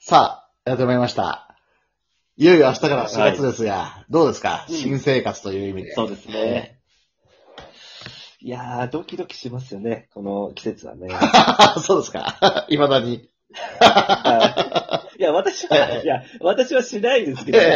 さあ、やってまいりました。いよいよ明日から4月ですが、どうですか、新生活という意味で。 そうですね。いやー、ドキドキしますよね、この季節はね。 そうですか未だに。 いや、私はしないですけど、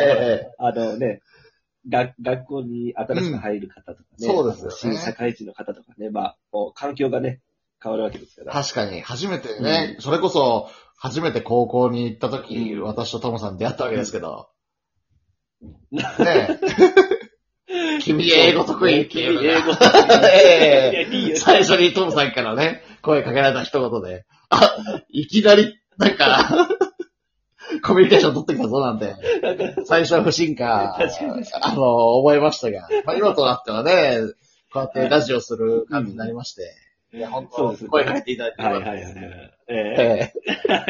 学校に新しく入る方とかね、 そうですよね。 新社会人の方とかね、環境がね、変わるわけですから。 確かに、初めてね、それこそ、初めて高校に行った時、私とトモさん出会ったわけですけど、ねえ。君英語得意っていうのが。最初にトムさんからね、声かけられた一言で、いきなり、なんか、コミュニケーション取ってきたぞなんて、最初は不信感、思いましたが、今となってはね、こうやってラジオする感じになりまして、いや、本当声かけていただいてよかったです。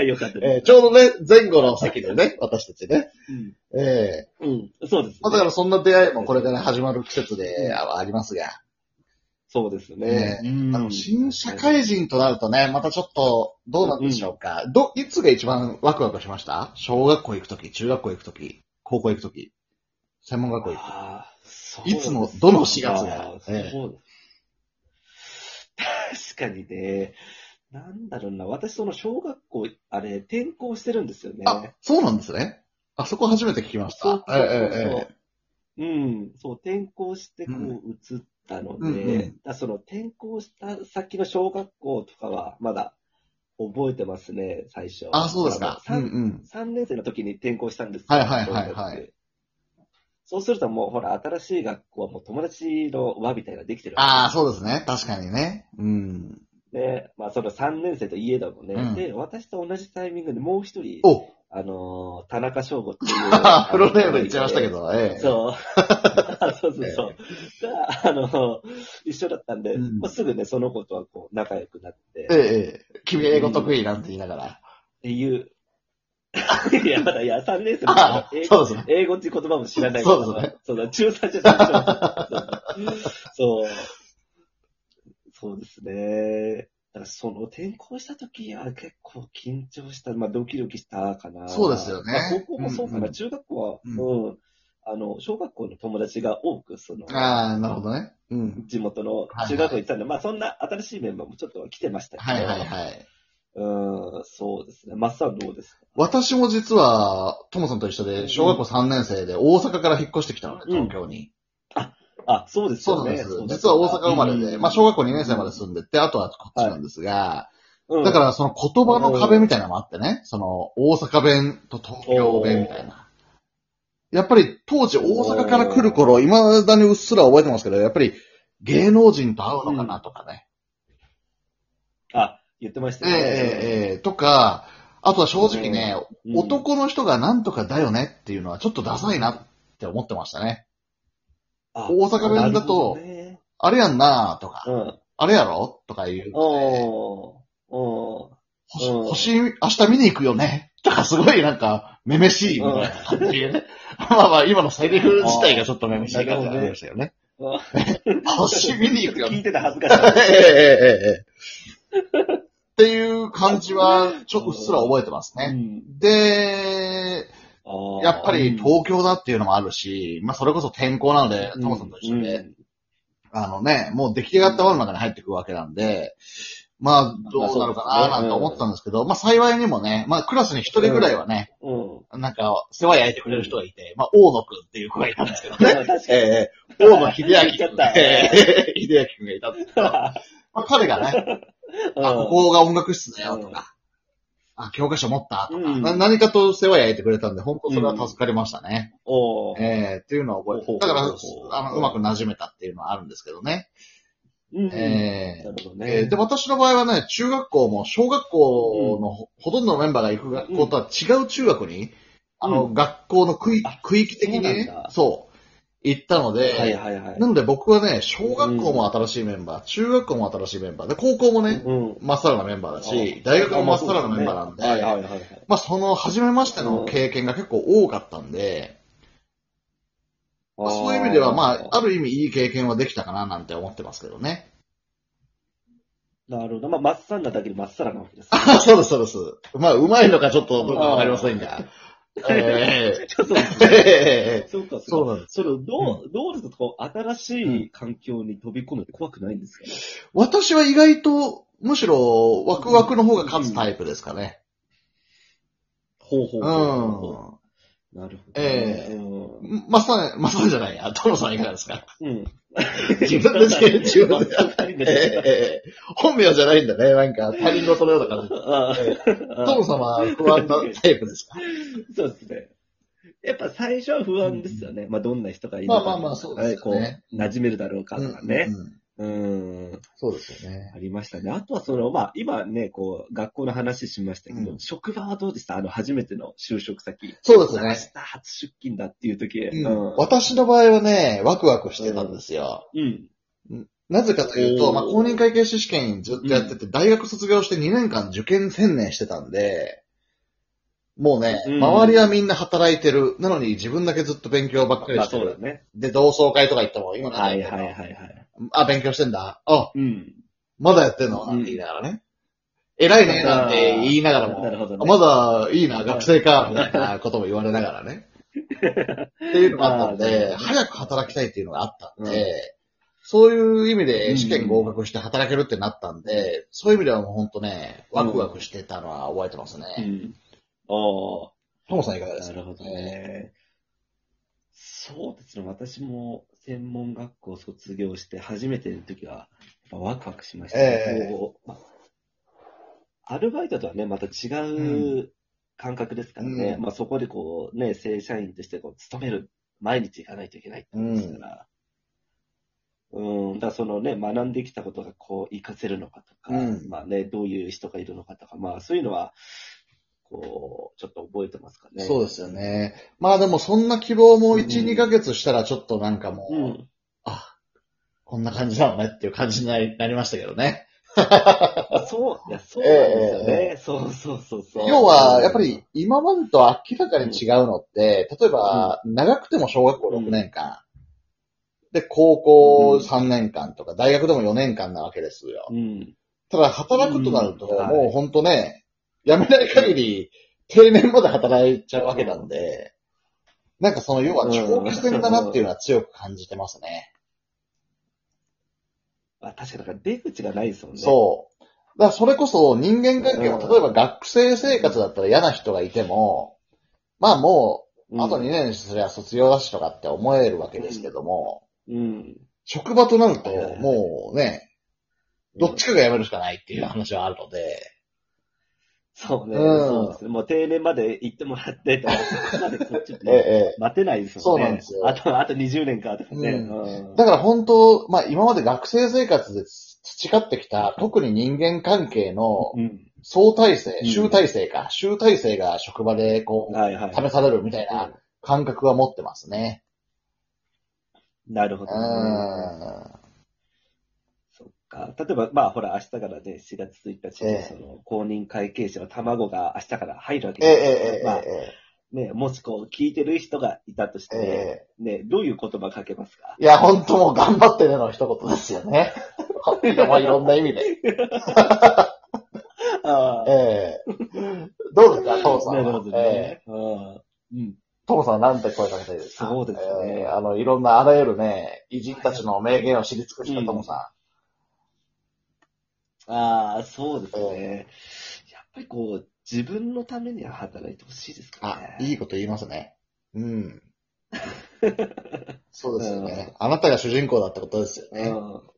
よかったです。 ちょうどね、前後の席でね、私たちね。 そうです。 だからそんな出会いもこれから始まる季節でありますが。 そうですね。 新社会人となるとね、またちょっと、どうなんでしょうか。いつが一番ワクワクしました？小学校行くとき、中学校行くとき、高校行くとき、専門学校行くとき。いつの、どの4月が。 確かにね。なんだろうな。私、その小学校、転校してるんですよね。 あ、そうなんですね。あそこ初めて聞きました。そう。 転校してこう移ったので、その転校した先の小学校とかはまだ覚えてますね、最初。 あ、そうですか。 3年生の時に転校したんですよ。はい。 そうするともう、ほら、新しい学校はもう友達の輪みたいなのができてるわけです。ああ、そうですね。確かにね。 で、その3年生といえどもね、で、私と同じタイミングでもう一人、田中翔吾っていう。 プロネーム言っちゃいましたけど、 そう。が、一緒だったんで、すぐね、その子とはこう、仲良くなって。 君英語得意なんて言いながら。 っていう。いや、3年生の英語っていう言葉も知らないから。 そうですね。 そうだ、中3じゃない。そうですね。だからその転校した時は結構緊張した、ドキドキしたかな。 そうですよね。 高校もそうかな。中学校は、小学校の友達が多く、 なるほどね。 地元の中学校行ってたんで、そんな新しいメンバーもちょっと来てましたけど。そうですね。マッサンどうですか？ 私も実は、トモさんと一緒で、小学校3年生で大阪から引っ越してきたので、東京に。 そうですよね。 そうなんです。実は大阪生まれで、小学校2年生まで住んでて、あとはこっちなんですが、だからその言葉の壁みたいなのもあってね、その大阪弁と東京弁みたいな。やっぱり当時大阪から来る頃、未だにうっすら覚えてますけど、やっぱり芸能人と会うのかなとかね。 言ってましたね。 とか、あとは正直ね、男の人がなんとかだよねっていうのはちょっとダサいなって思ってましたね。大阪弁だと、あれやんなとか、あれやろとか言う。星、明日見に行くよねとかすごいなんか、めめしいみたいな感じで。今のセリフ自体がちょっとめめしい感じがありましたよね。星見に行くよね。 聞いてた恥ずかしい。 っていう感じは、ちょっとうっすら覚えてますね。で、やっぱり東京だっていうのもあるし、それこそ転校なので、トモさんと一緒で、もう出来上がった輪の中に入っていくわけなんで、どうなるかななんて思ったんですけど、幸いにもね、クラスに一人ぐらいはね、なんか、世話焼いてくれる人がいて、大野くんっていう子がいたんですけどね。大野秀明くん。秀明くんがいたんですけど、彼がね、ここが音楽室だよとか、教科書持ったとか、何かと世話焼いてくれたんで、本当それは助かりましたね。っていうのは覚えて、だから、うまく馴染めたっていうのはあるんですけどね。で、私の場合はね、中学校も小学校のほとんどのメンバーが行く学校とは違う中学に、学校の区域的にね、行ったので、なので僕はね、小学校も新しいメンバー、中学校も新しいメンバーで、高校もね、まっさらなメンバーだし、大学もまっさらなメンバーなんで、その初めましての経験が結構多かったんで、そういう意味では、ある意味いい経験はできたかななんて思ってますけどね。 なるほど。まあ、まっさんなだけでまっさらなわけです。 あ、そうです、そうです。まあ、うまいのかちょっとどうかわかりませんが。 そうですね。そうか、 そうなんです。 それどうですかこう、新しい環境に飛び込むって怖くないんですかね。 私は意外と、むしろ、ワクワクの方が勝つタイプですかね。 ほうほうほう。なるほど。 まさんじゃないや。トモさんいかがですか？ うん。 自分で。本名じゃないんだね。なんか、他人事のような感じ。トモさんは不安なタイプですか？ そうですね。やっぱ最初は不安ですよね。まあ、どんな人がいるか。まあ、そうですよね。 こう、馴染めるだろうかとかね。 そうですよね。 ありましたね。あとはまあ、今ね、こう、学校の話しましたけど、職場はどうでした初めての就職先。 そうですね。 明日初出勤だっていう時。 私の場合はね、ワクワクしてたんですよ。なぜかというと、まあ、公認会計士試験ずっとやってて、大学卒業して2年間受験専念してたんで、もうね、周りはみんな働いてる。なのに自分だけずっと勉強ばっかりしてる。 そうだね。 で、同窓会とか行っても、今はい。 あ、勉強してんだ。あ、まだやってんのなんて言いながらね。偉いね、なんて言いながらも、 なるほどね。 まだいいな、学生か、みたいなことも言われながらね。っていうのがあったんで、早く働きたいっていうのがあったんで、そういう意味で試験合格して働けるってなったんで、そういう意味ではもうほんとね、ワクワクしてたのは覚えてますね。トモさんいかがですか？ なるほどね。そうですね。私も専門学校卒業して初めての時は、ワクワクしましたね。アルバイトとはね、また違う感覚ですからね。まあそこでこうね、正社員としてこう勤める、毎日行かないといけないってことですから。だからそのね、学んできたことがこう活かせるのかとか、まあね、どういう人がいるのかとか、まあそういうのは、こう、ちょっと覚えてますかね。 そうですよね。まあでもそんな希望も1、2ヶ月したらちょっとなんかもう、こんな感じなのねっていう感じになりましたけどね。 そうなんですよね。そう。 要は、やっぱり今までと明らかに違うのって、例えば、長くても小学校6年間、で、高校3年間とか、大学でも4年間なわけですよ。ただ、働くとなると、もうほんとね、辞めない限り、定年まで働いちゃうわけなんで、なんかその、要は長期戦だなっていうのは強く感じてますね。 確かに、出口がないですもんね。 そう。だからそれこそ人間関係も、例えば学生生活だったら嫌な人がいても、まあもう、あと2年すりゃ卒業だしとかって思えるわけですけども、職場となると、もうね、どっちかが辞めるしかないっていう話はあるので。 そうね。そうですね。もう定年まで行ってもらって、そこまでこっちって待てないですもんね。そうなんですよ。あと20年かとかね。 だから本当、まあ今まで学生生活で培ってきた、特に人間関係の相対性、集大成か。集大成が職場でこう、試されるみたいな感覚は持ってますね。 なるほどね。そっか。例えば、まあほら、明日からね、4月1日で、その、公認会計士の卵が明日から入るわけですから、ね、もしこう、聞いてる人がいたとして、ね、どういう言葉かけますか？ いや、本当もう頑張ってねの一言ですよね。まあいろんな意味で。どうですか、トモさんは。 なるほどね。 トモさんは何て声かけたいですか？ そうですね。 いろんなあらゆるね、偉人たちの名言を知り尽くしたトモさん。そうですね。やっぱりこう、自分のためには働いてほしいですかね。 いいこと言いますね。そうですよね。あなたが主人公だってことですよね。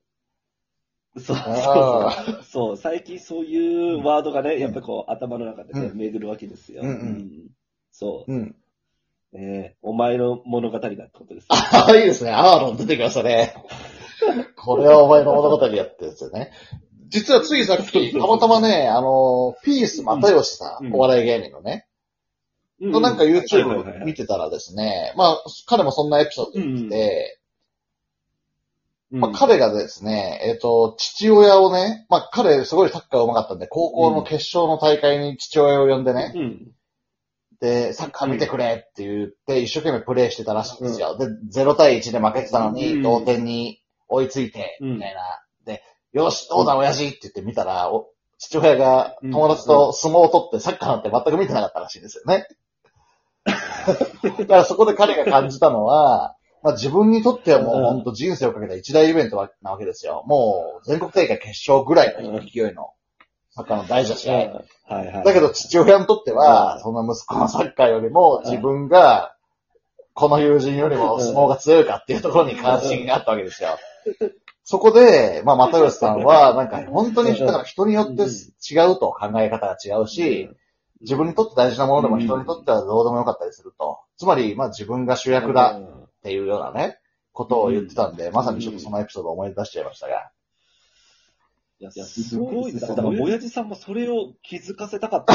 そう、最近そういうワードがね、やっぱこう、頭の中でね、巡るわけですよ。そう。お前の物語だってことです。 いいですね。アーロン出てきましたね。これはお前の物語やってですよね。実はついさっき、たまたまね、ピース又吉さん、お笑い芸人のね、なんか YouTube 見てたらですね、まあ、彼もそんなエピソード言ってて、まあ、彼がですね、父親をね、まあ、彼すごいサッカー上手かったんで、高校の決勝の大会に父親を呼んでね、で、サッカー見てくれって言って、一生懸命プレイしてたらしいんですよ。で、0対1で負けてたのに、同点に追いついて、みたいな。で、 よし、どうだ親父って言って見たら、父親が友達と相撲を取ってサッカーなんて全く見てなかったらしいんですよね。だからそこで彼が感じたのは、まあ自分にとってはもう本当人生をかけた一大イベントなわけですよ。もう全国大会決勝ぐらいの勢いのサッカーの大事な試合。だけど父親にとっては、そんな息子のサッカーよりも自分がこの友人よりも相撲が強いかっていうところに関心があったわけですよ。そこで、まあ、又吉さんは、なんか、本当に、だから人によって違うと、考え方が違うし、自分にとって大事なものでも人にとってはどうでもよかったりすると。つまり、まあ、自分が主役だっていうようなね、ことを言ってたんで、まさにちょっとそのエピソードを思い出しちゃいましたが。 いや、すごいですね。だから、親父さんもそれを気づかせたかった、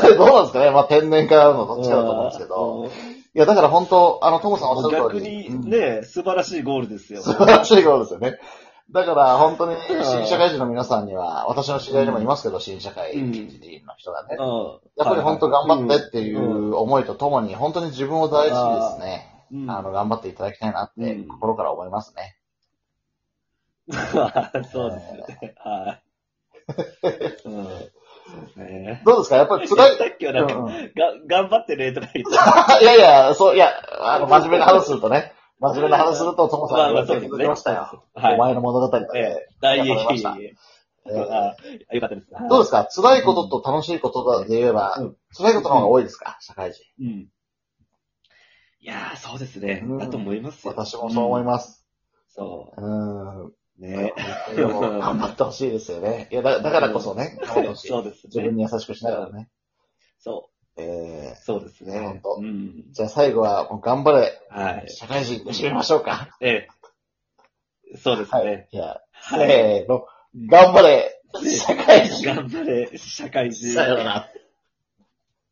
どうなんですかね。まあ、天然からのどっちかだと思うんですけど。いや、だから本当、トモさんおっしゃる通り。 逆にね、素晴らしいゴールですよ。 素晴らしいゴールですよね。だから本当に新社会人の皆さんには、私の知り合いにもいますけど、新社会人の人がね。やっぱり本当頑張ってっていう思いとともに、本当に自分を大事にですね、頑張っていただきたいなって心から思いますね。 そうですよね。はい。 どうですかやっぱり辛い。 さっきはなんか、頑張ってねとか言って。 いやいや、真面目な話するとね。真面目な話すると、ともさんが気づきましたよ。お前の物語で。 大事に。よかったです。 どうですか辛いことと楽しいことで言えば、辛いことの方が多いですか社会人。 いやー、そうですね。だと思いますよ。 私もそう思います。 そう。 ね頑張ってほしいですよね。いや、だからこそね。 そうですね。 自分に優しくしながらね。 そうですね。 本当。じゃあ最後は、頑張れ。 はい。 社会人で締めましょうか。 そうですね。 いや、せーの。頑張れ。社会人。 頑張れ。社会人。 さよなら。